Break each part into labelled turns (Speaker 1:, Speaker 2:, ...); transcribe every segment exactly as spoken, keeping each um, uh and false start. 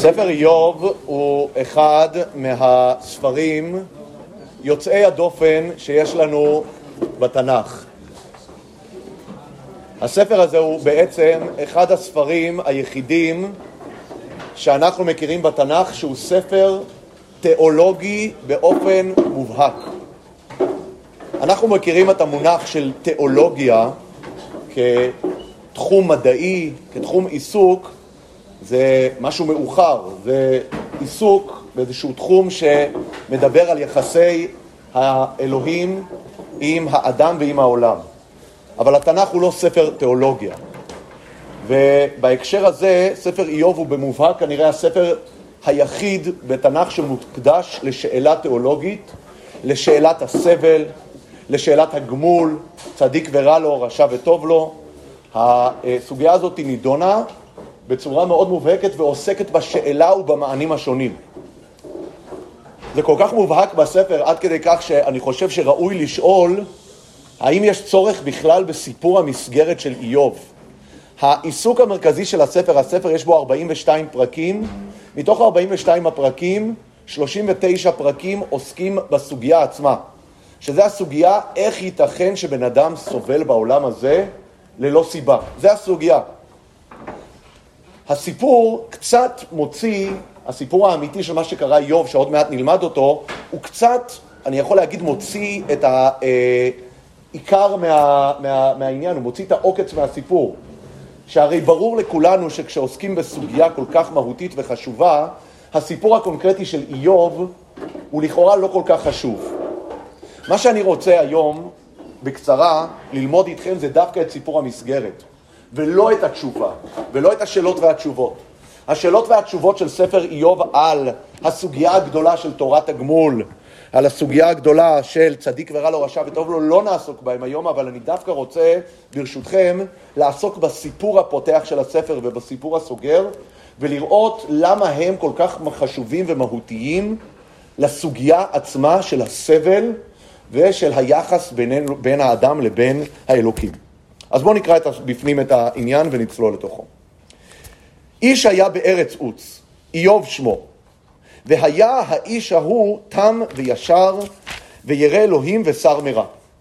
Speaker 1: ספר איוב הוא אחד מהספרים יוצאי הדופן שיש לנו בתנ"ך. הספר הזה הוא בעצם אחד הספרים היחידים שאנחנו מכירים בתנ"ך שהוא ספר תיאולוגי באופן מובהק. אנחנו מכירים את המונח של תיאולוגיה כתחום מדעי, כתחום עיסוק, זה משהו מאוחר, זה עיסוק באיזשהו תחום שמדבר על יחסי האלוהים עם האדם ועם העולם. אבל התנ"ך הוא לא ספר תיאולוגיה. ובהקשר הזה, ספר איוב הוא במובהק כנראה הספר היחיד בתנ"ך שמוקדש לשאלה תיאולוגית, לשאלת הסבל, לשאלת הגמול, צדיק ורע לו, רשע וטוב לו. הסוגיה הזאת היא נידונה בצורה מאוד מובהקת ועוסקת בשאלה ובמענים השונים. זה כל כך מובהק בספר עד כדי כך שאני חושב שראוי לשאול האם יש צורך בכלל בסיפור המסגרת של איוב. העיסוק המרכזי של הספר, הספר יש בו ארבעים ושתיים פרקים, מתוך ארבעים ושתיים הפרקים, שלושים ותשע פרקים עוסקים בסוגיה עצמה, שזה הסוגיה איך ייתכן שבן אדם סובל בעולם הזה ללא סיבה. זה הסוגיה. הסיפור קצת מוציא, הסיפור האמיתי של מה שקרה איוב, שעוד מעט נלמד אותו, הוא קצת, אני יכול להגיד, מוציא את העיקר מה, מה, מהעניין, הוא מוציא את העוקץ מהסיפור. שהרי ברור לכולנו שכשעוסקים בסוגיה כל כך מהותית וחשובה, הסיפור הקונקרטי של איוב הוא לכאורה לא כל כך חשוב. מה שאני רוצה היום, בקצרה, ללמוד איתכם זה דווקא את סיפור המסגרת. ולא את התשובה, ולא את השאלות והתשובות. השאלות והתשובות של ספר איוב על הסוגיה הגדולה של תורת הגמול, על הסוגיה הגדולה של צדיק ורע לו, רשע וטוב לו, לא נעסוק בהם היום, אבל אני דווקא רוצה, ברשותכם, לעסוק בסיפור הפותח של הספר ובסיפור הסוגר, ולראות למה הם כל כך חשובים ומהותיים לסוגיה עצמה של הסבל ושל היחס בין, בין האדם לבין האלוקים. אז בואו נקרא את, בפנים את העניין ונצלול לתוכו. איש היה בארץ עוץ, איוב שמו, והיה האיש ההוא תם וישר, וירא אלוהים ושר מרע.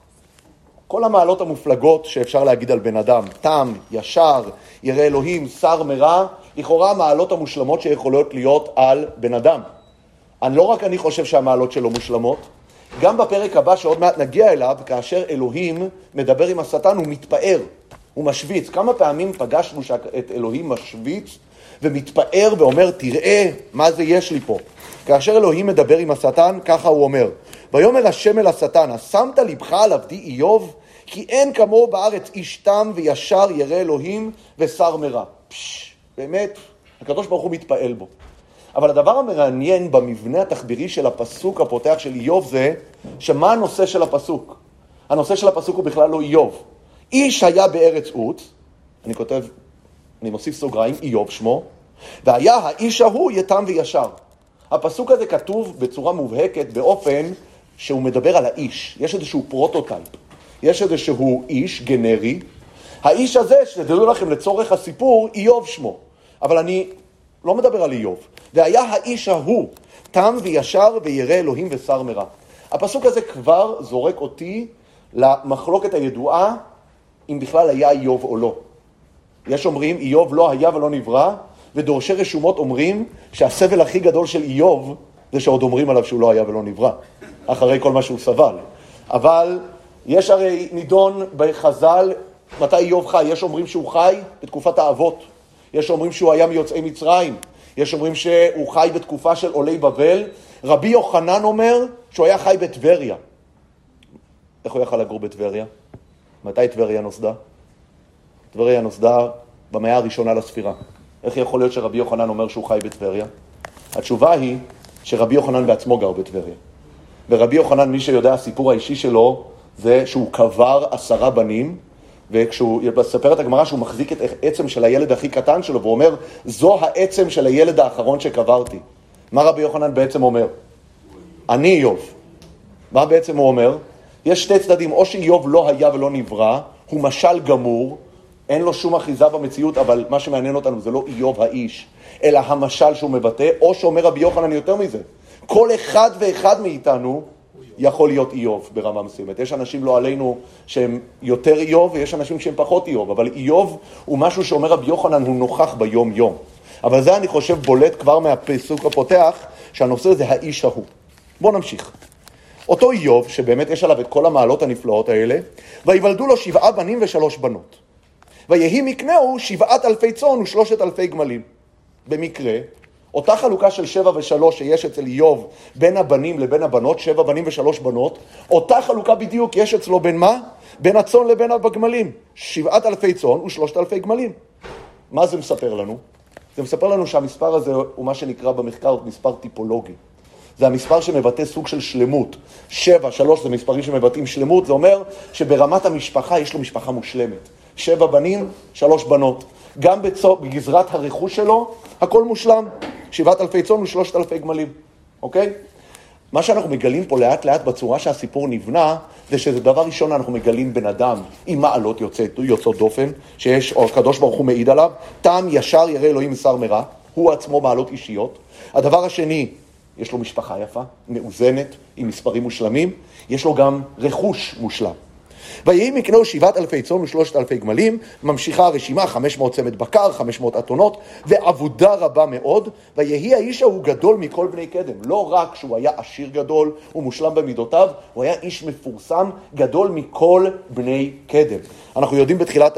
Speaker 1: כל המעלות המופלגות שאפשר להגיד על בן אדם, תם, ישר, ירא אלוהים, שר מרע, לכאורה המעלות המושלמות שיכולות להיות על בן אדם. אני לא רק אני חושב שהמעלות שלו מושלמות, גם בפרק הבא שעוד מעט נגיע אליו, כאשר אלוהים מדבר עם השטן, הוא מתפאר, הוא משוויץ. כמה פעמים פגשנו את אלוהים משוויץ ומתפאר ואומר, תראה מה זה יש לי פה. כאשר אלוהים מדבר עם השטן, ככה הוא אומר, ויאמר השם אל השטן, שמת לבך על עבדי איוב, כי אין כמוהו בארץ איש תם וישר ירא אלוהים ושר מרע. פש, באמת, הקדוש ברוך הוא מתפעל בו. אבל הדבר המעניין במבנה התחבירי של הפסוק הפותח של איוב זה, שמה הנושא של הפסוק? הנושא של הפסוק הוא בכלל לא איוב. איש היה בארץ עוץ, אני כותב, אני מוסיף סוגריים, איוב שמו, והיה האיש ההוא יתם וישר. הפסוק הזה כתוב בצורה מובהקת באופן שהוא מדבר על האיש. יש איזשהו פרוטוטייפ, יש איזשהו איש גנרי. האיש הזה, שתדעו לכם לצורך הסיפור, איוב שמו. אבל אני לא מדבר על איוב. והיה האיש ההוא, תם וישר וירא אלוהים ושר מרע. הפסוק הזה כבר זורק אותי למחלוקת הידועה, אם בכלל היה איוב או לא. יש אומרים, איוב לא היה ולא נברא, ודורשי רשומות אומרים שהסבל הכי גדול של איוב, זה שעוד אומרים עליו שהוא לא היה ולא נברא, אחרי כל מה שהוא סבל. אבל יש הרי נידון בחז"ל, מתי איוב חי? יש אומרים שהוא חי בתקופת האבות. יש אומרים שהוא היה מיוצאי מצרים. יש אומרים שהוא חי בתקופה של עולי בבל. רבי יוחנן אומר שהוא היה חי בטבריה. איך הוא יכל לגור בטבריה? מתי טבריה נוסדה? טבריה נוסדה במאה הראשונה לספירה. איך יכול להיות שרבי יוחנן אומר שהוא חי בטבריה? התשובה היא שרבי יוחנן בעצמו גר בטבריה. ורבי יוחנן, מי שיודע הסיפור האישי שלו, זה שהוא קבר עשרה בנים, וכשהוא יספר את הגמרא שהוא מחזיק את העצם של הילד הכי קטן שלו, והוא אומר, זו העצם של הילד האחרון שקברתי. מה רבי יוחנן בעצם אומר? אני איוב. מה בעצם הוא אומר? יש שתי צדדים, או שאיוב לא היה ולא נברא, הוא משל גמור, אין לו שום אחיזה במציאות, אבל מה שמעניין אותנו זה לא איוב האיש, אלא המשל שהוא מבטא, או שאומר רבי יוחנן יותר מזה. כל אחד ואחד מאיתנו יכול להיות איוב ברמה מסוימת. יש אנשים לא עלינו שהם יותר איוב, ויש אנשים שהם פחות איוב, אבל איוב הוא משהו שאומר רבי יוחנן, הוא נוכח ביום יום. אבל זה אני חושב בולט כבר מהפסוק הפותח, שהנושא זה האיש ההוא. בואו נמשיך. אותו איוב, שבאמת יש עליו את כל המעלות הנפלאות האלה, ויוולדו לו שבעה בנים ושלוש בנות. ויהי מקנהו שבעת אלפי צאן ושלושת אלפי גמלים. במקרה, אותה חלוקה של שבע ושלוש שיש אצל איוב בין הבנים לבין הבנות, שבע בנים ושלוש בנות, אותה חלוקה בדיוק יש אצלו בין מה? בין הצאן לבין הגמלים. שבעת אלפי צאן ושלושת אלפי גמלים. מה זה מספר לנו? זה מספר לנו שהמספר הזה הוא מה שנקרא במחקר מספר טיפולוגי. זה המספר שמבטא סוג של שלמות. שבע, שלוש זה מספרים שמבטאים שלמות, זה אומר שברמת המשפחה יש לו משפחה מושלמת. שבע בנים, שלוש בנות. גם בצור, בגזרת הרכוש שלו, הכל מושלם. שבעת אלפי צאן ושלושת אלפי גמלים. אוקיי? מה שאנחנו מגלים פה לאט לאט בצורה שהסיפור נבנה, זה שזה דבר ראשון אנחנו מגלים בן אדם עם מעלות יוצאות, יוצאות דופן, שיש, או הקדוש ברוך הוא מעיד עליו, טעם ישר ירא אלוהים משר מרע, הוא עצמו מעלות אישיות. הדבר השני, יש לו משפחה יפה, מאוזנת, עם מספרים מושלמים, יש לו גם רכוש מושלם. ויהי מקנהו שבעת אלפי צאן ושלושת אלפי גמלים, ממשיכה הרשימה, חמש מאות צמד בקר, חמש מאות אתונות, ועבודה רבה מאוד, ויהי האיש ההוא גדול מכל בני קדם. לא רק שהוא היה עשיר גדול ומושלם במידותיו, הוא היה איש מפורסם גדול מכל בני קדם. אנחנו יודעים בתחילת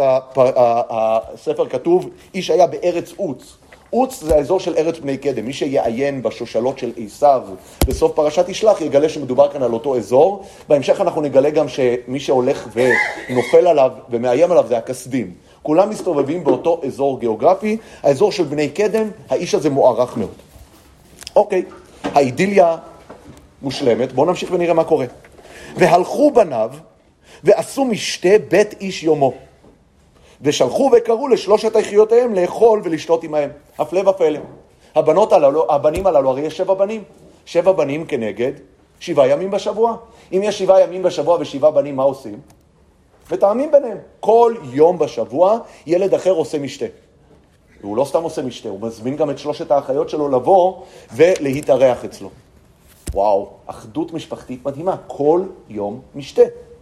Speaker 1: הספר כתוב, איש היה בארץ עוץ. עוץ זה האזור של ארץ בני קדם. מי שיעיין בשושלות של עשיו בסוף פרשת ישלח יגלה שמדובר כאן על אותו אזור. בהמשך אנחנו נגלה גם שמי שהולך ונופל עליו ומאיים עליו זה הכסדים. כולם מסתובבים באותו אזור גיאוגרפי, האזור של בני קדם, האיש הזה מוערך מאוד. אוקיי, האידיליה מושלמת, בואו נמשיך ונראה מה קורה. והלכו בניו ועשו משתה בית איש יומו. ושלחו וקראו לשלושת אחיותיהם לאכול ולשתות עמהם. הפלא ופלא. הבנות הללו, הבנים הללו, הרי יש שבע בנים. שבע בנים כנגד שבעה ימים בשבוע. אם יש שבעה ימים בשבוע ושבעה בנים, מה עושים? ותאמים ביניהם. כל יום בשבוע ילד אחר עושה משתה. והוא לא סתם עושה משתה, הוא מזמין גם את שלושת האחיות שלו לבוא ולהתארח אצלו. וואו, אחדות משפחתית מדהימה. כל יום משתה.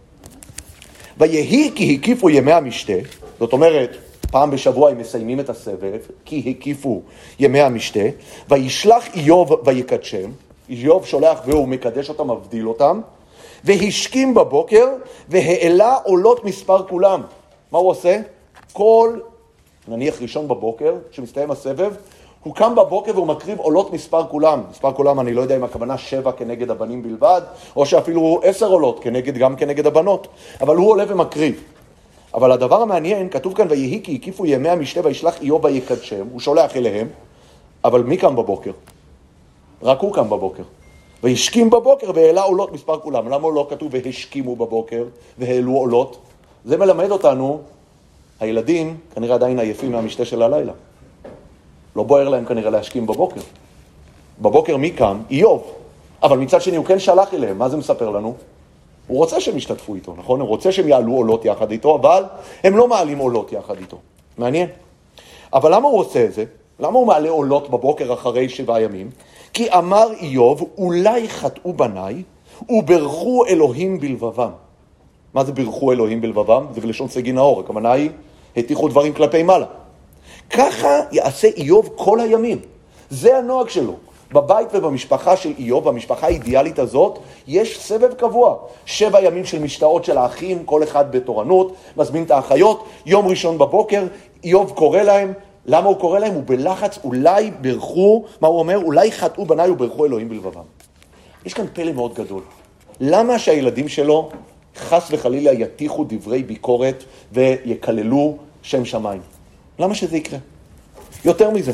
Speaker 1: ויהי כי הקיפו ימי המשתה, זאת אומרת, פעם בשבוע הם מסיימים את הסבב, כי הקיפו ימי המשתה, וישלח איוב ויקדשם, איוב שולח והוא מקדש אותם, מבדיל אותם, והשכים בבוקר, והעלה עולות מספר כולם. מה הוא עושה? כל, נניח ראשון בבוקר, שמסתיים הסבב, הוא קם בבוקר והוא מקריב עולות מספר כולם. מספר כולם, אני לא יודע אם הכוונה שבע כנגד הבנים בלבד, או שאפילו עשר עולות כנגד, גם כנגד הבנות. אבל הוא עולה ומקריב. אבל הדבר המעניין, כתוב כאן, ויהי כי הקיפו ימי המשתה וישלח איוב ויקדשם, הוא שולח אליהם, אבל מי קם בבוקר? רק הוא קם בבוקר. והשכים בבוקר והעלה עולות מספר כולם. למה לא כתוב והשכימו בבוקר והעלו עולות? זה מלמד אותנו, הילדים כנראה עדיין עייפים מהמשתה של הלילה. לא בוער להם כנראה להשכים בבוקר. בבוקר מי קם? איוב. אבל מצד שני הוא כן שלח אליהם. מה זה מספר לנו? הוא רוצה שהם ישתתפו איתו, נכון? הוא רוצה שהם יעלו עולות יחד איתו, אבל הם לא מעלים עולות יחד איתו. מעניין. אבל למה הוא עושה את זה? למה הוא מעלה עולות בבוקר אחרי שבעה ימים? כי אמר איוב, אולי חטאו בניי וברכו אלוהים בלבבם. מה זה ברכו אלוהים בלבבם? זה בלשון סגי נאור. הכוונה היא, הטיחו דברים כלפי מעלה. ככה יעשה איוב כל הימים. זה הנוהג שלו. בבית ובמשפחה של איוב, במשפחה האידיאלית הזאת, יש סבב קבוע. שבע ימים של משתאות של האחים, כל אחד בתורנות, מזמין את האחיות, יום ראשון בבוקר, איוב קורא להם. למה הוא קורא להם? הוא בלחץ, אולי ברכו, מה הוא אומר? אולי חטאו בניי וברכו אלוהים בלבבם. יש כאן פלא מאוד גדול. למה שהילדים שלו חס וחלילה יתיחו דברי ביקורת ויקללו שם שמיים? למה שזה יקרה? יותר מזה.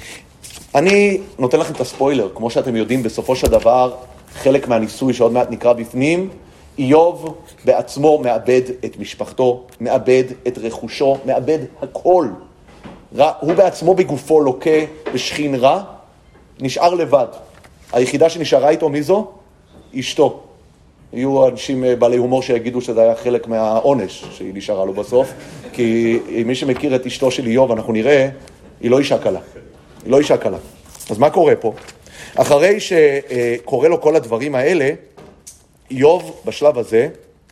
Speaker 1: אני נותן לכם את הספוילר, כמו שאתם יודעים, בסופו של דבר, חלק מהניסוי שעוד מעט נקרא בפנים, איוב בעצמו מאבד את משפחתו, מאבד את רכושו, מאבד הכל. רע, הוא בעצמו בגופו לוקה בשכין רע, נשאר לבד. היחידה שנשארה איתו, מי זו? אשתו. יהיו אנשים בעלי הומור שיגידו שזה היה חלק מהעונש שהיא נשארה לו בסוף, כי מי שמכיר את אשתו של איוב, אנחנו נראה, היא לא אישה קלה. היא לא אישה קלה. אז מה קורה פה? אחרי שקורה לו כל הדברים האלה, איוב בשלב הזה,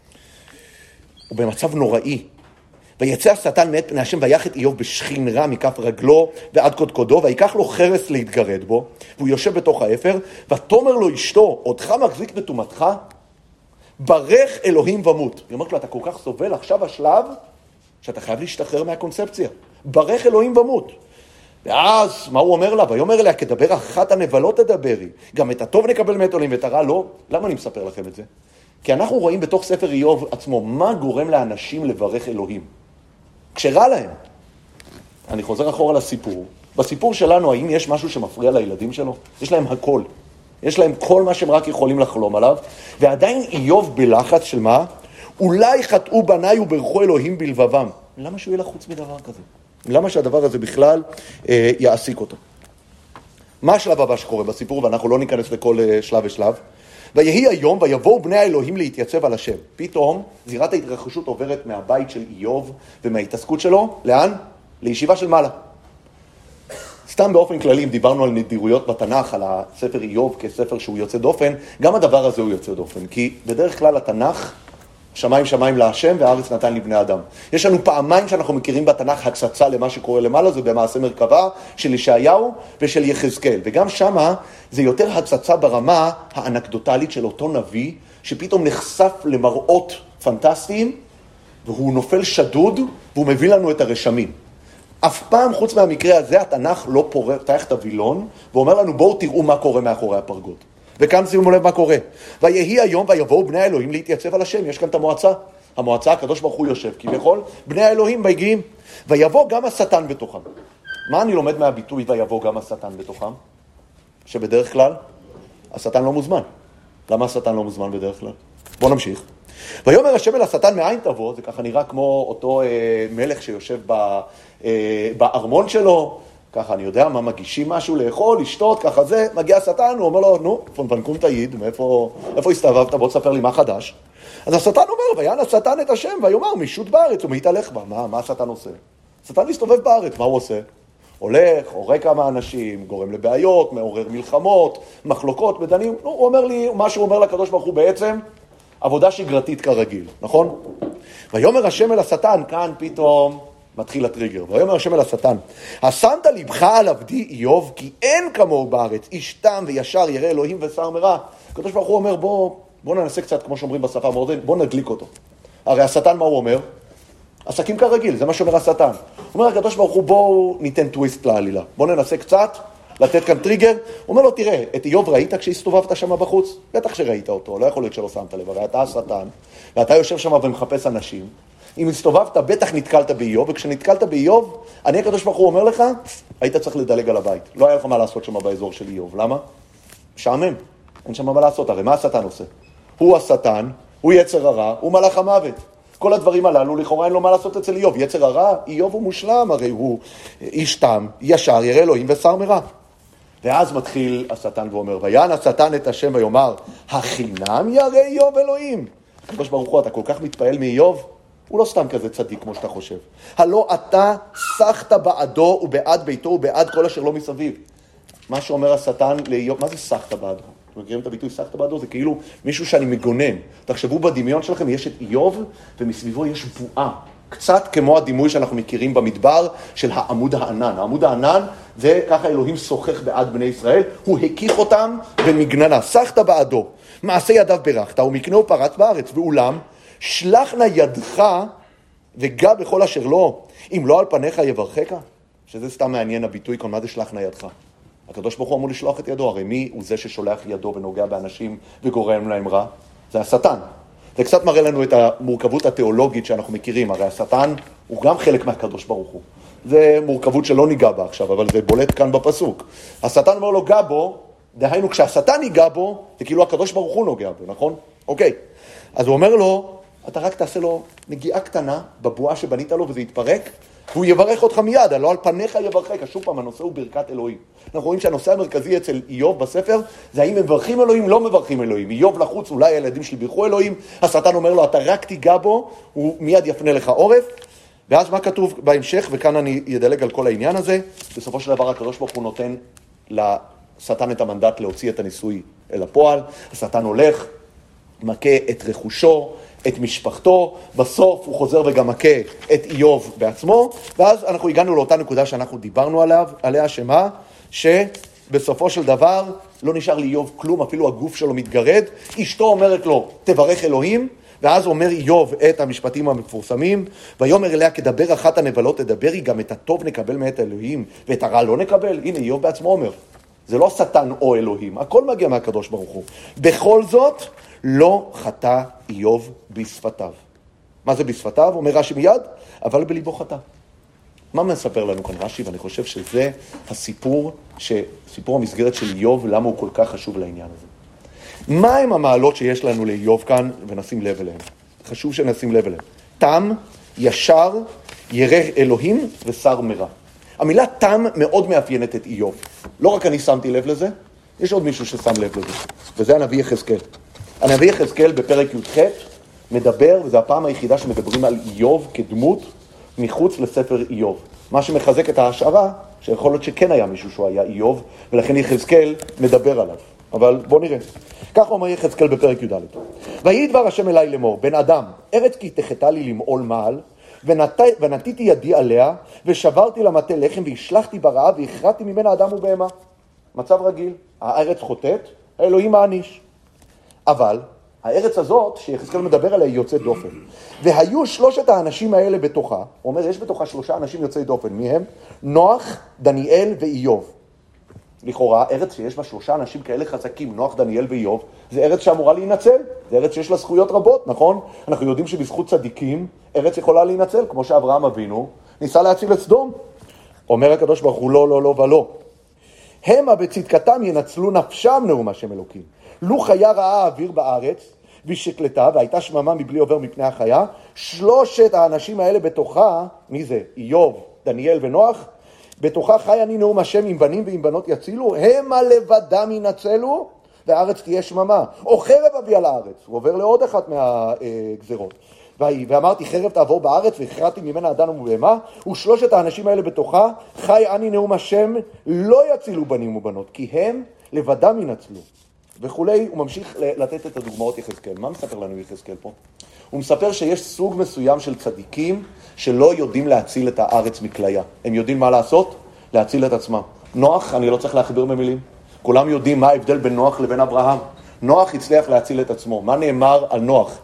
Speaker 1: הוא במצב נוראי. ויצא השטן מאת פני השם ויח את איוב בשכין רע מכף רגלו ועד קודקודו, ויקח לו חרס להתגרד בו, והוא יושב בתוך האפר, ותאמר לו אשתו, עודך מחזיק בטומאתך? ברך אלוהים ומות. היא אומרת לו, אתה כל כך סובל, עכשיו השלב שאתה חייב להשתחרר מהקונספציה. ברך אלוהים ומות. ואז, מה הוא אומר לה? ויאמר אליה, כדבר אחת הנבלות תדברי. גם את הטוב נקבל מאת אלוהים ואת הרע לא. למה אני מספר לכם את זה? כי אנחנו רואים בתוך ספר איוב עצמו, מה גורם לאנשים לברך אלוהים. כשרע להם. אני חוזר אחורה לסיפור. בסיפור שלנו, האם יש משהו שמפריע לילדים שלו? יש להם הכל. יש להם כל מה שהם רק יכולים לחלום עליו. ועדיין איוב בלחץ של מה? אולי חטאו בניי וברכו אלוהים בלבבם. למה שהוא יהיה לחוץ מדבר כזה? למה שהדבר הזה בכלל אה, יעסיק אותו? מה השלב הבא שקורה בסיפור, ואנחנו לא ניכנס לכל אה, שלב ושלב? ויהי היום ויבואו בני האלוהים להתייצב על השם. פתאום זירת ההתרחשות עוברת מהבית של איוב ומההתעסקות שלו, לאן? לישיבה של מעלה. סתם באופן כללי, אם דיברנו על נדירויות בתנ"ך, על הספר איוב כספר שהוא יוצא דופן, גם הדבר הזה הוא יוצא דופן, כי בדרך כלל התנ"ך, שמיים שמיים להשם והארץ נתן לבני אדם. יש לנו פעמיים שאנחנו מכירים בתנ"ך הצצה למה שקורה למעלה, זה במעשה מרכבה של ישעיהו ושל יחזקאל. וגם שמה זה יותר הצצה ברמה האנקדוטלית של אותו נביא, שפתאום נחשף למראות פנטסטיים, והוא נופל שדוד, והוא מביא לנו את הרשמים. אף פעם חוץ מהמקרה הזה התנ"ך לא פותח את הווילון, ואומר לנו בואו תראו מה קורה מאחורי הפרגוד. וכאן שימו לב מה קורה. ויהי היום ויבואו בני האלוהים להתייצב על השם. יש כאן את המועצה. המועצה, הקדוש ברוך הוא יושב כביכול. בני האלוהים מגיעים. ויבוא גם השטן בתוכם. מה אני לומד מהביטוי ויבוא גם השטן בתוכם? שבדרך כלל השטן לא מוזמן. למה השטן לא מוזמן בדרך כלל? בואו נמשיך. ויאמר השם אל השטן מאין תבוא, זה ככה נראה כמו אותו אה, מלך שיושב ב, אה, בארמון שלו, ככה אני יודע מה, מגישים משהו לאכול, לשתות, ככה זה, מגיע השטן, הוא אומר לו, נו, פונפנקום תעיד, מאיפה, איפה הסתובבת, בוא תספר לי מה חדש. אז השטן אומר, ויען השטן את השם, ויאמר, משוט בארץ, הוא מתהלך בה. מה, מה השטן עושה? השטן מסתובב בארץ, מה הוא עושה? הולך, הורג כמה אנשים, גורם לבעיות, מעורר מלחמות, מחלוקות, מדנים. נו, הוא אומר לי, מה שהוא אומר לקדוש ברוך הוא בעצם, עבודה שגרתית כרגיל, נכון? ויאמר השם אל השטן, כאן פתאום מתחיל הטריגר. ויאמר השם אל השטן, השמת לבך על עבדי איוב, כי אין כמוהו בארץ, איש תם וישר ירא אלוהים ושר מרע. הקדוש ברוך הוא אומר, בוא, בוא ננסה קצת, כמו שאומרים בשפה המורדנית, בוא נדליק אותו. הרי השטן מה הוא אומר? עסקים כרגיל, זה מה שאומר השטן. הוא אומר הקדוש ברוך הוא, בוא ניתן טוויסט לעלילה. בוא ננסה קצת, לתת כאן טריגר. הוא אומר לו, תראה, את איוב ראית כשהסתובבת שם בחוץ? בטח שראית אותו, לא יכול להיות שלא שמת לב, הרי אתה השטן, ואתה יושב שם ומחפש אנשים. אם הסתובבת, בטח נתקלת באיוב, וכשנתקלת באיוב, אני הקדוש ברוך הוא אומר לך, היית צריך לדלג על הבית. לא היה לך מה לעשות שם באזור של איוב. למה? שעמם. אין שם מה לעשות. הרי מה השטן עושה? הוא השטן, הוא יצר הרע, הוא מלאך המוות. כל הדברים הללו, לכאורה אין לו מה לעשות אצל איוב. יצר הרע, איוב הוא מושלם, הרי הוא איש תם, ישר, ירא אלוהים ושר מרע. ואז מתחיל השטן ואומר, ויען השטן את השם ויאמר, החינם ירא איוב אלוהים. הקדוש ברוך הוא, אתה כל כך מתפעל מאיוב? הוא לא סתם כזה צדיק כמו שאתה חושב. הלא אתה שחת בעדו ובעד ביתו ובעד כל אשר לא מסביב. מה שאומר השטן לאיוב, מה זה שחת בעדו? אתם מכירים את הביטוי שחת בעדו? זה כאילו מישהו שאני מגונן. תחשבו בדמיון שלכם, יש את איוב ומסביבו יש בועה. קצת כמו הדימוי שאנחנו מכירים במדבר של העמוד הענן. העמוד הענן זה ככה אלוהים שוחח בעד בני ישראל, הוא הקיף אותם במגננה. שחת בעדו, מעשה ידיו ברכת ומקנהו פרץ בארץ, ואולם שלח נא ידך וגע בכל אשר לא, אם לא על פניך יברכך. שזה סתם מעניין הביטוי, כל מה זה שלח נא ידך? הקדוש ברוך הוא אמור לשלוח את ידו, הרי מי הוא זה ששולח ידו ונוגע באנשים וגורם להם רע? זה השטן. זה קצת מראה לנו את המורכבות התיאולוגית שאנחנו מכירים, הרי השטן הוא גם חלק מהקדוש ברוך הוא. זה מורכבות שלא ניגע בה עכשיו, אבל זה בולט כאן בפסוק. השטן אומר לו גע בו, דהיינו כשהשטן ניגע בו, זה כאילו הקדוש ברוך הוא נוגע בו, נכון? אוקיי. אז הוא אומר לו, אתה רק תעשה לו נגיעה קטנה בבועה שבנית לו וזה יתפרק, והוא יברך אותך מיד, לא על פניך יברכך. שוב פעם, הנושא הוא ברכת אלוהים. אנחנו רואים שהנושא המרכזי אצל איוב בספר, זה האם מברכים אלוהים, לא מברכים אלוהים. איוב לחוץ, אולי הילדים שלי בירכו אלוהים, השטן אומר לו, אתה רק תיגע בו, הוא מיד יפנה לך עורף. ואז מה כתוב בהמשך, וכאן אני אדלג על כל העניין הזה, בסופו של דבר הקדוש ברוך הוא נותן לשטן את המנדט להוציא את הניסוי אל הפועל, השטן הולך, מכה את רכושו, את משפחתו, בסוף הוא חוזר וגם מכה את איוב בעצמו, ואז אנחנו הגענו לאותה נקודה שאנחנו דיברנו עליו, עליה, שמה? שבסופו של דבר לא נשאר לאיוב כלום, אפילו הגוף שלו מתגרד, אשתו אומרת לו, תברך אלוהים, ואז אומר איוב את המשפטים המפורסמים, ויאמר אליה, כדבר אחת הנבלות תדברי, גם את הטוב נקבל מאת אלוהים, ואת הרע לא נקבל. הנה, איוב בעצמו אומר, זה לא שטן או אלוהים, הכל מגיע מהקדוש ברוך הוא. בכל זאת, לא חטא איוב בשפתיו. מה זה בשפתיו? אומר רש"י מיד, אבל בליבו חטא. מה מספר לנו כאן רש"י? ואני חושב שזה הסיפור, סיפור המסגרת של איוב, למה הוא כל כך חשוב לעניין הזה. מה הם המעלות שיש לנו לאיוב כאן, ונשים לב אליהם? חשוב שנשים לב אליהם. תם, ישר, ירא אלוהים ושר מרע. המילה תם מאוד מאפיינת את איוב. לא רק אני שמתי לב לזה, יש עוד מישהו ששם לב לזה, וזה הנביא יחזקאל. הנביא יחזקאל בפרק י"ח מדבר, וזו הפעם היחידה שמדברים על איוב כדמות מחוץ לספר איוב. מה שמחזק את ההשערה, שיכול להיות שכן היה מישהו שהוא היה איוב, ולכן יחזקאל מדבר עליו. אבל בוא נראה. כך אומר יחזקאל בפרק י"ד. ויהי דבר השם אליי לאמור, בן אדם, ארץ כי תחתה לי למעול מעל, ונת... ונתיתי ידי עליה, ושברתי למטה לחם, והשלחתי ברעב, והכרעתי ממנה אדם ובהמה. מצב רגיל, הארץ חוטאת, האלוהים מעניש. אבל הארץ הזאת, שיחזקאל מדבר עליה, היא יוצאת דופן. והיו שלושת האנשים האלה בתוכה, הוא אומר, יש בתוכה שלושה אנשים יוצאי דופן. מי הם? נוח, דניאל ואיוב. לכאורה, ארץ שיש בה שלושה אנשים כאלה חזקים, נוח, דניאל ואיוב, זה ארץ שאמורה להינצל. זה ארץ שיש לה זכויות רבות, נכון? אנחנו יודעים שבזכות צדיקים, ארץ יכולה להינצל, כמו שאברהם אבינו ניסה להציל את סדום. אומר הקדוש ברוך הוא, לא, לא, לא ולא. המה בצדקתם ינצלו נפשם נאום השם אלוקים. לו חיה רעה האוויר בארץ, ושקלטה, והייתה שממה מבלי עובר מפני החיה, שלושת האנשים האלה בתוכה, מי זה? איוב, דניאל ונוח, בתוכה חי אני נאום השם עם בנים ועם בנות יצילו, המה לבדם ינצלו, והארץ תהיה שממה. או חרב אביא על הארץ, הוא עובר לעוד אחת מהגזרות. ואמרתי, חרב תעבור בארץ, והכרעתי ממנה אדם ובהמה, ושלושת האנשים האלה בתוכה, חי אני נאום השם, לא יצילו בנים ובנות, כי הם לבדם ינצלו. וכולי, הוא ממשיך לתת את הדוגמאות יחזקאל. מה מספר לנו יחזקאל פה? הוא מספר שיש סוג מסוים של צדיקים שלא יודעים להציל את הארץ מכליה. הם יודעים מה לעשות? להציל את עצמם. נוח, אני לא צריך להכביר במילים. כולם יודעים מה ההבדל בין נוח לבין אברהם. נוח הצליח להציל את עצמו. מה נאמר על נוח?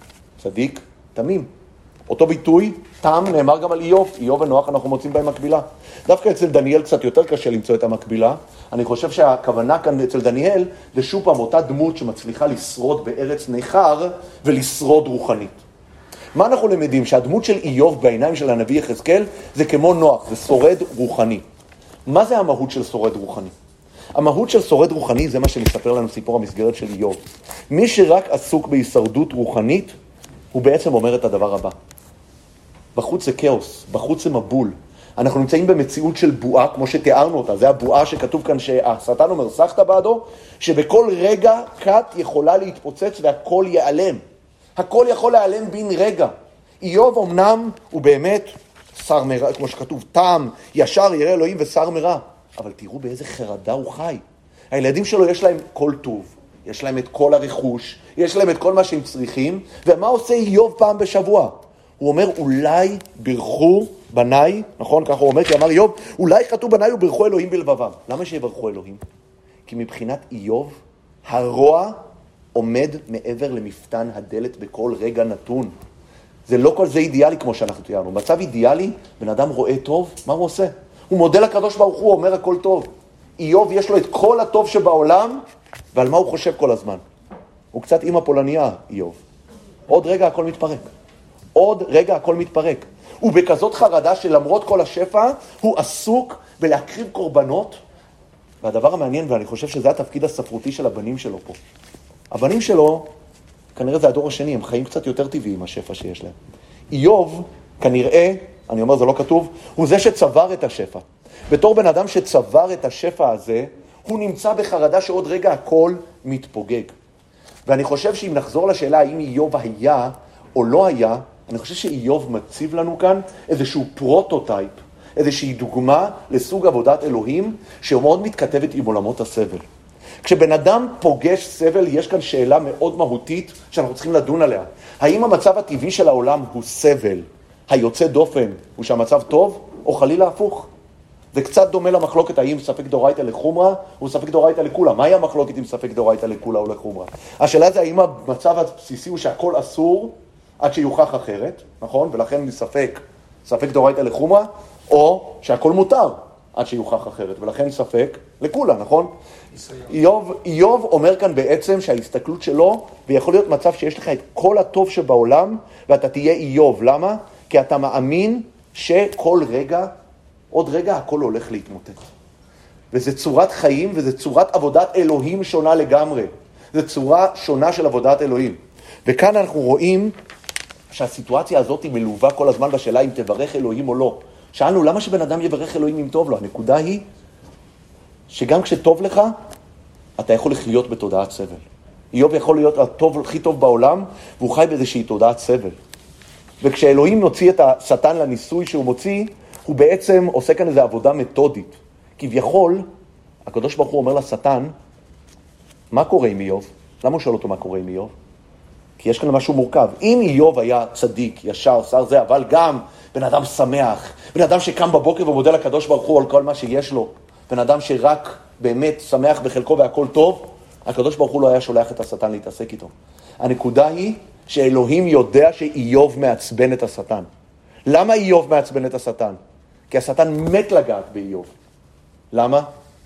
Speaker 1: צדיק, תמים. אותו ביטוי, תם, נאמר גם על איוב. איוב ונוח אנחנו מוצאים בהם מקבילה. דווקא אצל דניאל קצת יותר קשה למצוא את המקבילה. אני חושב שהכוונה כאן אצל דניאל זה שוב פעם אותה דמות שמצליחה לשרוד בארץ ניכר ולשרוד רוחנית. מה אנחנו למדים? שהדמות של איוב בעיניים של הנביא יחזקאל זה כמו נוח, זה שורד רוחני. מה זה המהות של שורד רוחני? המהות של שורד רוחני זה מה שמספר לנו סיפור המסגרת של איוב. מי שרק עסוק בהישרדות רוחנית, הוא בעצם אומר את הדבר הבא. בחוץ זה כאוס, בחוץ זה מבול. אנחנו נמצאים במציאות של בועה, כמו שתיארנו אותה. זה הבועה שכתוב כאן שהשטן אומר, סחת בעדו, שבכל רגע כת יכולה להתפוצץ והכל ייעלם. הכל יכול להיעלם בין רגע. איוב אמנם הוא באמת שר מרע, כמו שכתוב, תם, ישר, ירא אלוהים ושר מרע. אבל תראו באיזה חרדה הוא חי. הילדים שלו יש להם כל טוב, יש להם את כל הרכוש, יש להם את כל מה שהם צריכים, ומה עושה איוב פעם בשבוע? הוא אומר, אולי ברכו בניי, נכון? ככה הוא אומר, כי אמר איוב, אולי חטאו בניי וברכו אלוהים בלבבם. למה שיברכו אלוהים? כי מבחינת איוב, הרוע עומד מעבר למפתן הדלת בכל רגע נתון. זה לא כל זה אידיאלי כמו שאנחנו תיארנו. מצב אידיאלי, בן אדם רואה טוב, מה הוא עושה? הוא מודה לקדוש ברוך הוא, אומר הכל טוב. איוב יש לו את כל הטוב שבעולם, ועל מה הוא חושב כל הזמן? הוא קצת אימא פולניה, איוב. עוד רגע הכל מתפרק. עוד רגע הכל מתפרק. הוא בכזאת חרדה שלמרות כל השפע, הוא עסוק בלהקריב קורבנות. והדבר המעניין, ואני חושב שזה התפקיד הספרותי של הבנים שלו פה. הבנים שלו כנראה זה הדור השני, הם חיים קצת יותר טבעיים, השפע שיש להם. איוב, כנראה, אני אומר, זה לא כתוב, הוא זה שצבר את השפע. בתור בן אדם שצבר את השפע הזה, הוא נמצא בחרדה שעוד רגע הכל מתפוגג. ואני חושב שאם נחזור לשאלה האם איוב היה או לא היה, אני חושב שאיוב מציב לנו כאן איזשהו פרוטוטייפ, איזושהי דוגמה לסוג עבודת אלוהים שמאוד מתכתבת עם עולמות הסבל. כשבן אדם פוגש סבל, יש כאן שאלה מאוד מהותית שאנחנו צריכים לדון עליה. האם המצב הטבעי של העולם הוא סבל, היוצא דופן, הוא שהמצב טוב, או חלילה הפוך? זה קצת דומה למחלוקת האם ספק דאורייתא לחומרא, או ספק דאורייתא לקולא. מהי המחלוקת עם ספק דאורייתא לקולא או לחומרא? השאלה זה האם המצב הבסיסי הוא שהכל אסור עד שיוכח אחרת, נכון? ולכן מספק ספק דאורייתא לחומרא, או שהכל מותר עד שיוכח אחרת, ולכן ספק לקולא, נכון? איוב, איוב אומר כאן בעצם שההסתכלות שלו, ויכול להיות מצב שיש לך את כל הטוב שבעולם, ואתה תהיה איוב. למה? כי אתה מאמין שכל רגע, עוד רגע הכל הולך להתמוטט. וזה צורת חיים, וזה צורת עבודת אלוהים שונה לגמרי. זה צורה שונה של עבודת אלוהים. וכאן אנחנו רואים שהסיטואציה הזאת היא מלווה כל הזמן בשאלה אם תברך אלוהים או לא. שאלנו, למה שבן אדם יברך אלוהים אם טוב לו? הנקודה היא שגם כשטוב לך, אתה יכול לחיות בתודעת סבל. איוב יכול להיות הטוב, הכי טוב בעולם, והוא חי באיזושהי תודעת סבל. וכשאלוהים מוציא את השטן לניסוי שהוא מוציא, הוא בעצם עושה כאן איזו עבודה מתודית. כביכול, הקדוש ברוך הוא אומר לשטן, מה קורה עם איוב? למה הוא שואל אותו מה קורה עם איוב? כי יש כאן משהו מורכב. אם איוב היה צדיק, ישר, שר זה, אבל גם בן אדם שמח, בן אדם שקם בבוקר ומודה לקדוש ברוך הוא על כל מה שיש לו, בן אדם שרק באמת שמח בחלקו והכל טוב, הקדוש ברוך הוא לא היה שולח את השטן להתעסק איתו. הנקודה היא שאלוהים יודע שאיוב מעצבן את השטן. למה איוב מעצבן את השטן? כי השטן מת לגעת באיוב. למה?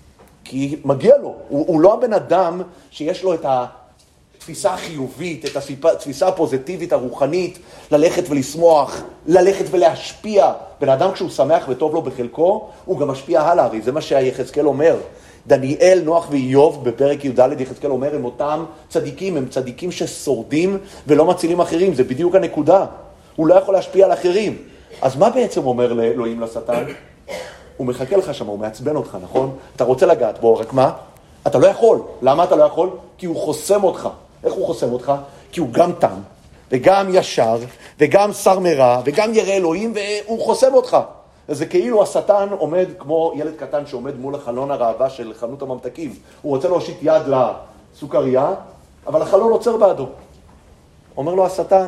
Speaker 1: כי מגיע לו. הוא, הוא לא הבן אדם שיש לו את התפיסה החיובית, את התפיסה הפוזיטיבית, הרוחנית, ללכת ולשמוח, ללכת ולהשפיע. בן אדם כשהוא שמח וטוב לו בחלקו, הוא גם משפיע הלאה. הרי זה מה שיחזקאל אומר. דניאל, נוח ואיוב, בפרק י"ד יחזקאל אומר, הם אותם צדיקים, הם צדיקים ששורדים ולא מצילים אחרים. זה בדיוק הנקודה. הוא לא יכול להשפיע על אחרים. אז מה בעצם אומר לאלוהים לשטן? הוא מחכה לך שם, הוא מעצבן אותך, נכון? אתה רוצה לגעת בו, רק מה? אתה לא יכול. למה אתה לא יכול? כי הוא חוסם אותך. איך הוא חוסם אותך? כי הוא גם תם, וגם ישר, וגם שר מרע, וגם ירא אלוהים, והוא חוסם אותך. זה כאילו השטן עומד כמו ילד קטן שעומד מול החלון הראווה של חנות הממתקים. הוא רוצה להושיט יד לסוכריה, אבל החלון עוצר בעדו. אומר לו השטן,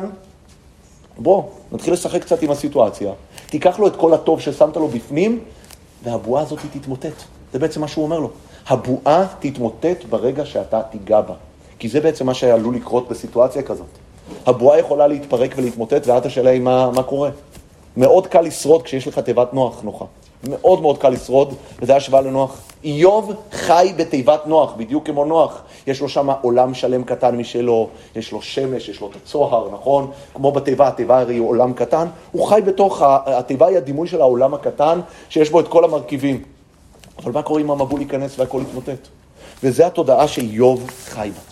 Speaker 1: בוא, נתחיל לשחק קצת עם הסיטואציה. תיקח לו את כל הטוב ששמת לו בפנים, והבועה הזאת תתמוטט. זה בעצם מה שהוא אומר לו. הבועה תתמוטט ברגע שאתה תיגע בה. כי זה בעצם מה שעלול לקרות בסיטואציה כזאת. הבועה יכולה להתפרק ולהתמוטט, ואת השאלה היא מה, מה קורה. מאוד קל לשרוד כשיש לך תיבת נוח נוחה. מאוד מאוד קל לשרוד, וזה השוואה לנוח. איוב חי בתיבת נוח, בדיוק כמו נוח. יש לו שם עולם שלם קטן משלו, יש לו שמש, יש לו את הצוהר, נכון? כמו בתיבה, התיבה היא עולם קטן. הוא חי בתוך, התיבה היא הדימוי של העולם הקטן, שיש בו את כל המרכיבים. אבל מה קורה אם המבול ייכנס והכל יתמוטט? וזה התודעה שאיוב חי בה.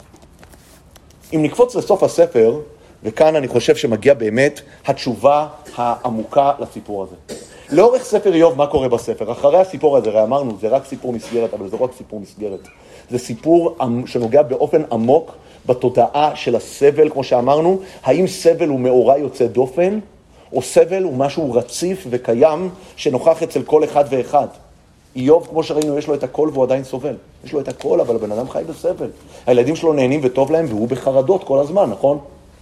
Speaker 1: אם נקפוץ לסוף הספר, וכאן אני חושב שמגיע באמת התשובה העמוקה לסיפור הזה. לאורך ספר איוב, מה קורה בספר? אחרי הסיפור הזה, הרי אמרנו, זה רק סיפור מסגרת, אבל זה רק סיפור מסגרת. זה סיפור שנוגע באופן עמוק בתודעה של הסבל, כמו שאמרנו, האם סבל הוא מאורע יוצא דופן, או סבל הוא משהו רציף וקיים שנוכח אצל כל אחד ואחד. איוב, כמו שראינו, יש לו את הכל והוא עדיין סובל. יש לו את הכל, אבל הבן אדם חי בסבל. הילדים שלו נהנים וטוב להם, והוא בחרדות כל הזמן, נכון?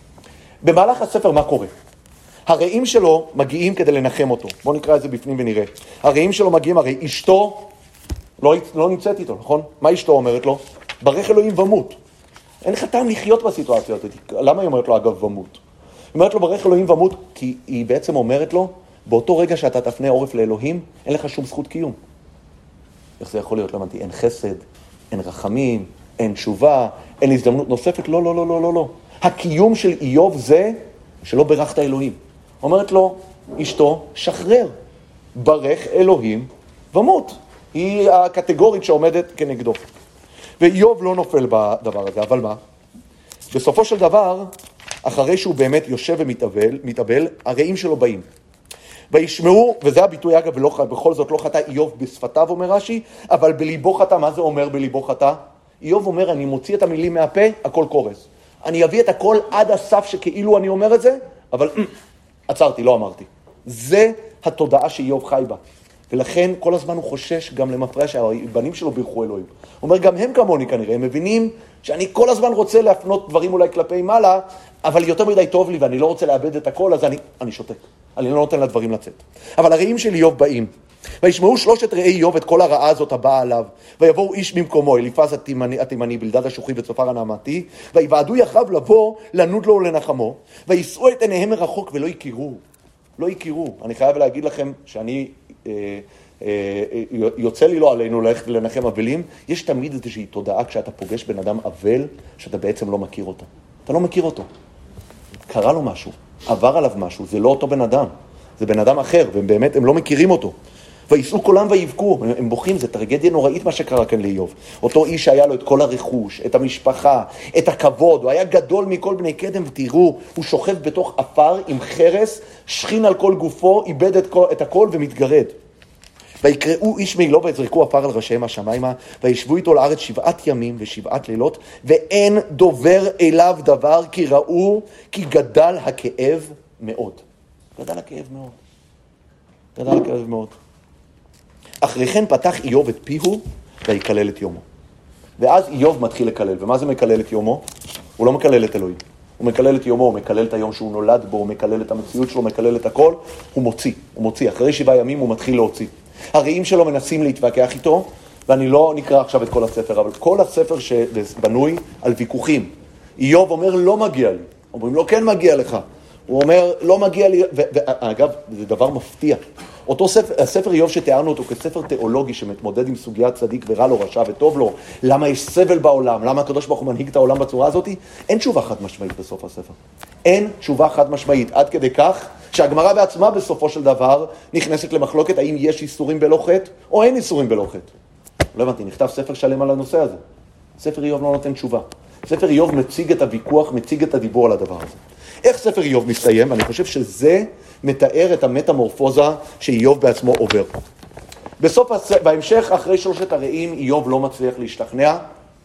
Speaker 1: במהלך הספר, מה קורה? הרעים שלו מגיעים כדי לנחם אותו. בואו נקרא את זה בפנים ונראה. הרעים שלו מגיעים, הרי אשתו לא, לא נמצאת איתו, נכון? מה אשתו אומרת לו? ברך אלוהים ומות. אין לך טעם לחיות בסיטואציה הזאת. למה היא אומרת לו, אגב, ומות? היא אומרת לו, ברך אלוהים ומות, כי היא בעצם אומרת לו, באותו רגע שאתה תפנה עורף לאלוהים, אין לך שום זכות קיום. איך זה יכול להיות? למדתי, אין חסד, אין רחמים, אין תשובה, אין הזדמנות נוספת. לא, לא, לא, לא, לא, לא. הקיום של איוב זה שלא ברכת אלוהים. אומרת לו, אשתו, שחרר, ברך אלוהים ומות. היא הקטגורית שעומדת כנגדו. ואיוב לא נופל בדבר הזה, אבל מה? בסופו של דבר, אחרי שהוא באמת יושב ומתאבל, מתאבל, הרעים שלו באים. וישמעו, וזה הביטוי אגב, ולא, בכל זאת לא חטא איוב בשפתיו, אומר רש"י, אבל בליבו חטא. מה זה אומר בליבו חטא? איוב אומר, אני מוציא את המילים מהפה, הכל קורס. אני אביא את הכל עד הסף שכאילו אני אומר את זה, אבל עצרתי, לא אמרתי. זה התודעה שאיוב חי בה. ולכן כל הזמן הוא חושש גם למפרע שהבנים שלו בירכו אלוהים. הוא אומר, גם הם כמוני כנראה, הם מבינים שאני כל הזמן רוצה להפנות דברים אולי כלפי מעלה, אבל יותר מדי טוב לי ואני לא רוצה לאבד את הכל, אז אני, אני שותק. אני לא נותן לדברים לצאת. אבל הרעים של איוב באים. וישמעו שלושת רעי איוב את כל הרעה הזאת הבאה עליו, ויבואו איש במקומו, אליפז התימני, התימני בלדד השוחי וצופר הנעמתי, ויוועדו יחדיו לבוא לנוד לו ולנחמו, וישאו את עיניהם מרחוק ולא יכירו. לא יכירו. אני חייב להגיד לכם שאני, אה, אה, יוצא לי לא עלינו ללכת ולנחם אבלים, יש תמיד איזושהי תודעה כשאתה פוגש בן אדם אבל, שאתה בעצם לא מכיר אותו. אתה לא מכיר אותו. קרה לו משהו, עבר עליו משהו, זה לא אותו בן אדם, זה בן אדם אחר, והם באמת, הם לא מכירים אותו. ויסעו קולם ויבכו, הם, הם בוכים, זה טרגדיה נוראית מה שקרה כאן לאיוב. אותו איש שהיה לו את כל הרכוש, את המשפחה, את הכבוד, הוא היה גדול מכל בני קדם, ותראו, הוא שוכב בתוך אפר עם חרס, שכין על כל גופו, איבד את, כל, את הכל ומתגרד. ויקראו איש מעילו ויזרקו אפר על ראשיהם השמיימה, וישבו איתו לארץ שבעת ימים ושבעת לילות, ואין דובר אליו דבר, כי ראו, כי גדל הכאב מאוד. גדל הכאב מאוד. גדל הכאב מאוד. אחרי כן פתח איוב את פיהו, ויקלל את יומו. ואז איוב מתחיל לקלל. ומה זה מקלל את יומו? הוא לא מקלל את אלוהים. הוא מקלל את יומו, הוא מקלל את היום שהוא נולד בו, הוא מקלל את המציאות שלו, הוא מקלל את הכל. הוא מוציא, הוא מוציא. אחרי שבעה ימים הוא מתחיל להוציא. הרעים שלו מנסים להתווכח איתו, ואני לא נקרא עכשיו את כל הספר, אבל כל הספר שבנוי על ויכוחים. איוב אומר, לא מגיע לי. אומרים לו, כן מגיע לך. הוא אומר, לא מגיע לי, ואגב, זה דבר מפתיע. אותו ספר, הספר איוב שתיארנו אותו כספר תיאולוגי שמתמודד עם סוגיית צדיק ורע לו, רשע וטוב לו, למה יש סבל בעולם, למה הקדוש ברוך הוא מנהיג את העולם בצורה הזאת, אין תשובה חד משמעית בסוף הספר. אין תשובה חד משמעית, עד כדי כך שהגמרא בעצמה בסופו של דבר נכנסת למחלוקת האם יש איסורים בלא חטא או אין איסורים בלא חטא. לא הבנתי, נכתב ספר שלם על הנושא הזה. ספר איוב לא נותן תשובה. ספר איוב מציג את הוויכוח, מציג את הדיבור על הדבר הזה. איך ספר איוב מסתיים? ואני חושב שזה מתאר את המטמורפוזה שאיוב בעצמו עובר. בסוף, הס... בהמשך, אחרי שלושת הרעים, איוב לא מצליח להשתכנע.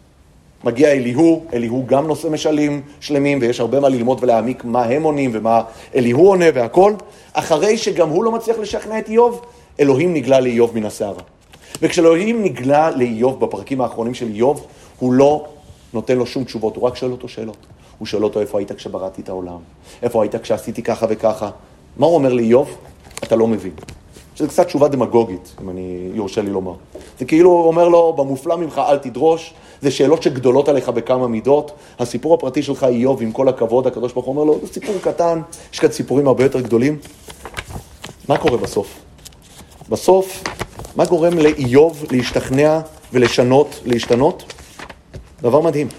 Speaker 1: מגיע אליהו, אליהו גם נושא משלים שלמים, ויש הרבה מה ללמוד ולהעמיק מה הם עונים ומה אליהו עונה והכל. אחרי שגם הוא לא מצליח לשכנע את איוב, אלוהים נגלה לאיוב מן הסערה. וכשאלוהים נגלה לאיוב בפרקים האחרונים של איוב, הוא לא נותן לו שום תשובות, הוא רק שואל אותו שאלות. הוא שואל אותו איפה היית כשבראתי את העולם, איפה היית כשעשיתי ככה וככה. מה הוא אומר לאיוב? אתה לא מבין. שזה קצת תשובה דמגוגית, אם אני יורשה לי לומר. זה כאילו הוא אומר לו, במופלא ממך אל תדרוש, זה שאלות שגדולות עליך בכמה מידות. הסיפור הפרטי שלך איוב, עם כל הכבוד, הקדוש ברוך הוא אומר לו, זה סיפור קטן, יש כאן סיפורים הרבה יותר גדולים. מה קורה בסוף? בסוף, מה גורם לאיוב להשתכנע ולשנות, להשתנות? דבר מדהים.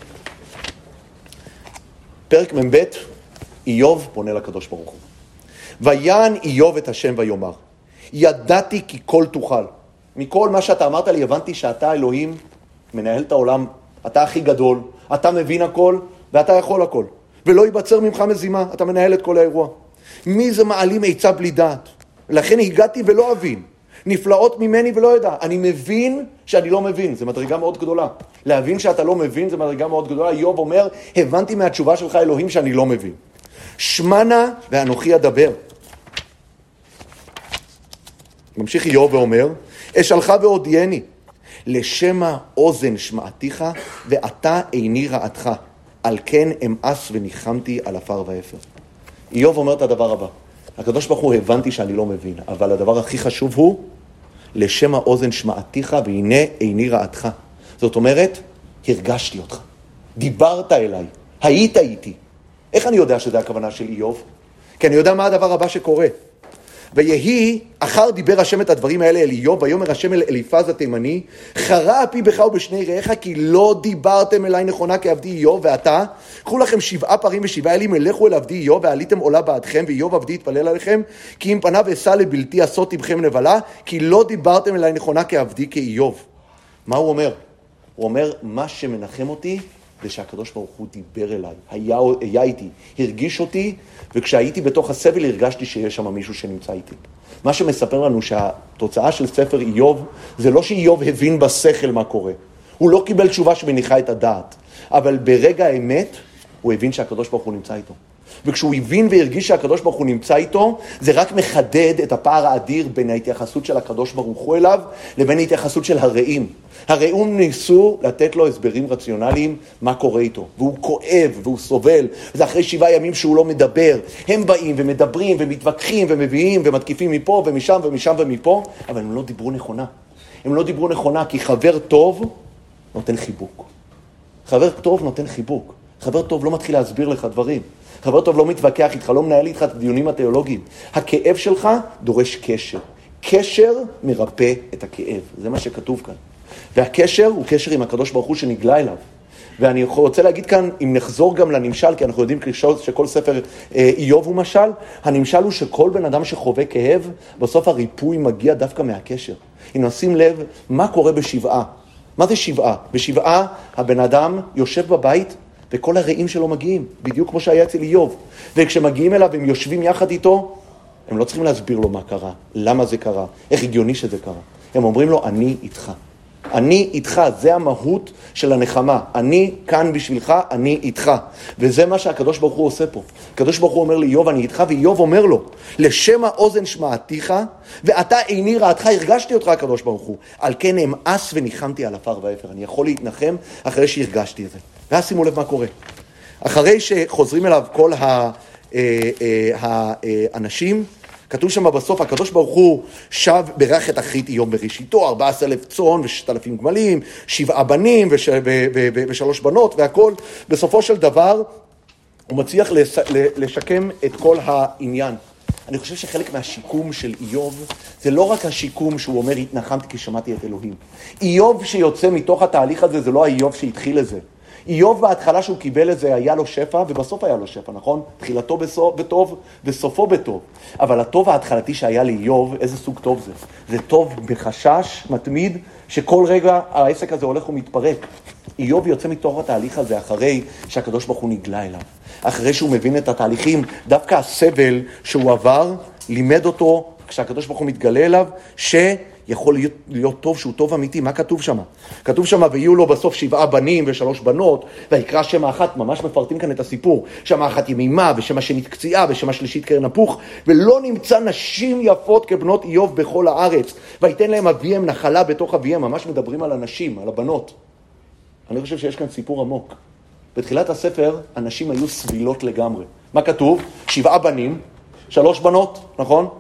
Speaker 1: פרק מב' איוב פונה לקדוש ברוך הוא. ויען איוב את השם ויאמר, ידעתי כי כל תוכל. מכל מה שאתה אמרת לי, הבנתי שאתה אלוהים, מנהל את העולם, אתה הכי גדול, אתה מבין הכל, ואתה יכול הכל. ולא ייבצר ממך מזימה, אתה מנהל את כל האירוע. מי זה מעלים עצה בלי דעת? לכן הגעתי ולא אבין. נפלאות ממני ולא ידע. אני מבין שאני לא מבין, זו מדרגה מאוד גדולה. להבין שאתה לא מבין, זו מדרגה מאוד גדולה. איוב אומר, הבנתי מהתשובה שלך אלוהים שאני לא מבין. שמנה ואנוכי אדבר. ממשיך איוב ואומר, אשאלך והודיעני, לשמע אוזן שמעתיך, ואתה איני רעתך. על כן אמאס וניחמתי על עפר ואפר. איוב אומר את הדבר הבא. הקדוש ברוך הוא, הבנתי שאני לא מבין, אבל הדבר הכי חשוב הוא, לשמע אוזן שמעתיך, והנה איני רעתך. זאת אומרת, הרגשתי אותך. דיברת אליי. היית איתי. איך אני יודע שזה הכוונה של איוב? כי אני יודע מה הדבר הבא שקורה. ויהי, אחר דיבר השם את הדברים האלה אל איוב, ויאמר השם אל אליפז התימני, חרה אפי בך ובשני רעיך, כי לא דיברתם אליי נכונה כעבדי איוב, ואתה, קחו לכם שבעה פרים ושבעה אלים, הלכו אל עבדי איוב, ועליתם עולה בעדכם, ואיוב עבדי יתפלל עליכם, כי אם פניו אשא לבלתי עשות עמכם נבלה, כי לא דיברתם אליי נכונה כעבדי כאיוב. מה הוא אומר? הוא אומר, מה שמנחם אותי, זה שהקדוש ברוך הוא דיבר אליי, היה, היה איתי, הרגיש אותי, וכשהייתי בתוך הסבל הרגשתי שיש שם מישהו שנמצא איתי. מה שמספר לנו שהתוצאה של ספר איוב, זה לא שאיוב הבין בשכל מה קורה. הוא לא קיבל תשובה שמניחה את הדעת, אבל ברגע האמת הוא הבין שהקדוש ברוך הוא נמצא איתו. וכשהוא הבין והרגיש שהקדוש ברוך הוא נמצא איתו, זה רק מחדד את הפער האדיר בין ההתייחסות של הקדוש ברוך הוא אליו, לבין ההתייחסות של הרעים. הרעים ניסו לתת לו הסברים רציונליים מה קורה איתו, והוא כואב והוא סובל, זה אחרי שבעה ימים שהוא לא מדבר. הם באים ומדברים ומתווכחים ומביאים ומתקיפים מפה ומשם ומשם ומפה, אבל הם לא דיברו נכונה. הם לא דיברו נכונה כי חבר טוב נותן חיבוק. חבר טוב נותן חיבוק. חבר טוב לא מתחיל להסביר לך דברים. חבר טוב לא מתווכח איתך, לא מנהל איתך את הדיונים התיאולוגיים. הכאב שלך דורש קשר. קשר מרפא את הכאב. זה מה שכתוב כאן. והקשר הוא קשר עם הקדוש ברוך הוא שנגלה אליו. ואני רוצה להגיד כאן, אם נחזור גם לנמשל, כי אנחנו יודעים שכל ספר איוב הוא משל, הנמשל הוא שכל בן אדם שחווה כאב, בסוף הריפוי מגיע דווקא מהקשר. אם נשים לב, מה קורה בשבעה? מה זה שבעה? בשבעה הבן אדם יושב בבית, וכל הרעים שלו מגיעים, בדיוק כמו שהיה אצל איוב. וכשמגיעים אליו, הם יושבים יחד איתו, הם לא צריכים להסביר לו מה קרה, למה זה קרה, איך הגיוני שזה קרה. הם אומרים לו, אני איתך. אני איתך, זה המהות של הנחמה. אני כאן בשבילך, אני איתך. וזה מה שהקדוש ברוך הוא עושה פה. הקדוש ברוך הוא אומר לאיוב, אני איתך, ואיוב אומר לו, לשם האוזן שמעתיך, ואתה איני רעתך, הרגשתי אותך הקדוש ברוך הוא. על כן אמאס וניחמתי על עפר ואפר. אני יכול להתנחם אחרי שהרגשתי את זה. ואז שימו לב מה קורה. אחרי שחוזרים אליו כל האנשים, כתוב שם בסוף, הקדוש ברוך הוא שב ברך את אחרית איוב בראשיתו, ארבעה עשר אלף צאן וששת אלפים גמלים, שבעה בנים וש, ו, ו, ו, ושלוש בנות והכל. בסופו של דבר הוא מצליח לש, לשקם את כל העניין. אני חושב שחלק מהשיקום של איוב זה לא רק השיקום שהוא אומר התנחמתי כי שמעתי את אלוהים. איוב שיוצא מתוך התהליך הזה זה לא האיוב שהתחיל לזה. איוב בהתחלה שהוא קיבל את זה היה לו שפע, ובסוף היה לו שפע, נכון? תחילתו בטוב וסופו בטוב. אבל הטוב ההתחלתי שהיה לאיוב, איזה סוג טוב זה? זה טוב בחשש מתמיד, שכל רגע העסק הזה הולך ומתפרק. איוב יוצא מתוך התהליך הזה אחרי שהקדוש ברוך הוא נגלה אליו. אחרי שהוא מבין את התהליכים, דווקא הסבל שהוא עבר, לימד אותו, כשהקדוש ברוך הוא מתגלה אליו, ש... יכול להיות, להיות טוב, שהוא טוב אמיתי. מה כתוב שם? כתוב שם, ויהיו לו בסוף שבעה בנים ושלוש בנות, ויקרא שם האחת, ממש מפרטים כאן את הסיפור, שם האחת ימימה, ושם השנית קציעה, ושם השלישית קרן הפוך, ולא נמצא נשים יפות כבנות איוב בכל הארץ, ויתן להם אביהם נחלה בתוך אביהם. ממש מדברים על הנשים, על הבנות. אני חושב שיש כאן סיפור עמוק. בתחילת הספר, הנשים היו סבילות לגמרי. מה כתוב? שבעה בנים, שלוש בנות, נכון?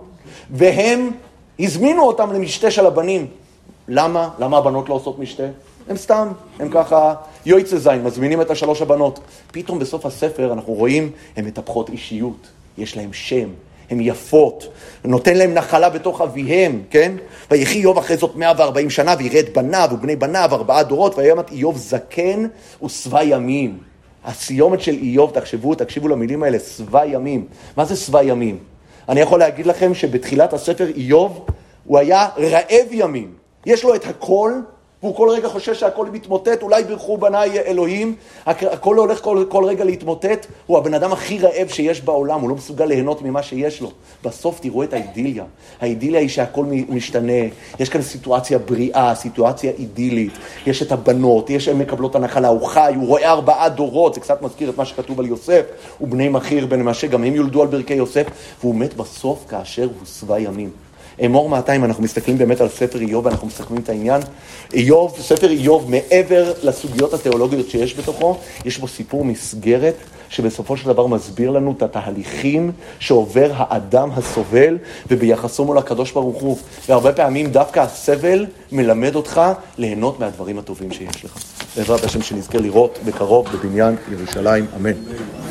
Speaker 1: והם הזמינו אותם למשתה של הבנים. למה? למה הבנות לא עושות משתה? הם סתם, הם ככה יועצי זין, מזמינים את השלוש הבנות. פתאום בסוף הספר אנחנו רואים, הן מטפחות אישיות, יש להם שם, הן יפות, נותן להם נחלה בתוך אביהם, כן? ויחי איוב אחרי זאת מאה וארבעים שנה, ויראה את בניו ובני בניו, ארבעה דורות, וימת איוב זקן ושבע ימים. הסיומת של איוב, תחשבו, תקשיבו למילים האלה, שבע ימים. מה זה שבע ימים? אני יכול להגיד לכם שבתחילת הספר איוב הוא היה רעב ימים. יש לו את הכל, והוא כל רגע חושב שהכל מתמוטט, אולי ברכו בניי אלוהים, הכל הולך כל, כל רגע להתמוטט, הוא הבן אדם הכי רעב שיש בעולם, הוא לא מסוגל ליהנות ממה שיש לו. בסוף תראו את האידיליה. האידיליה היא שהכל משתנה, יש כאן סיטואציה בריאה, סיטואציה אידילית, יש את הבנות, יש הם מקבלות הנחלה, הוא חי, הוא רואה ארבעה דורות, זה קצת מזכיר את מה שכתוב על יוסף, ובני מחיר בן משה, גם הם יולדו על ברכי יוסף, והוא מת בסוף כאשר הוא שבע ימים. אמור מעתיים, אנחנו מסתכלים באמת על ספר איוב, ואנחנו מסתכלים את העניין. איוב, ספר איוב, מעבר לסוגיות התיאולוגיות שיש בתוכו, יש בו סיפור מסגרת, שבסופו של דבר מסביר לנו את התהליכים שעובר האדם הסובל, וביחסו מול הקדוש ברוך הוא. והרבה פעמים דווקא הסבל מלמד אותך ליהנות מהדברים הטובים שיש לך. בעזרת השם שנזכה לראות בקרוב בבניין ירושלים. אמן.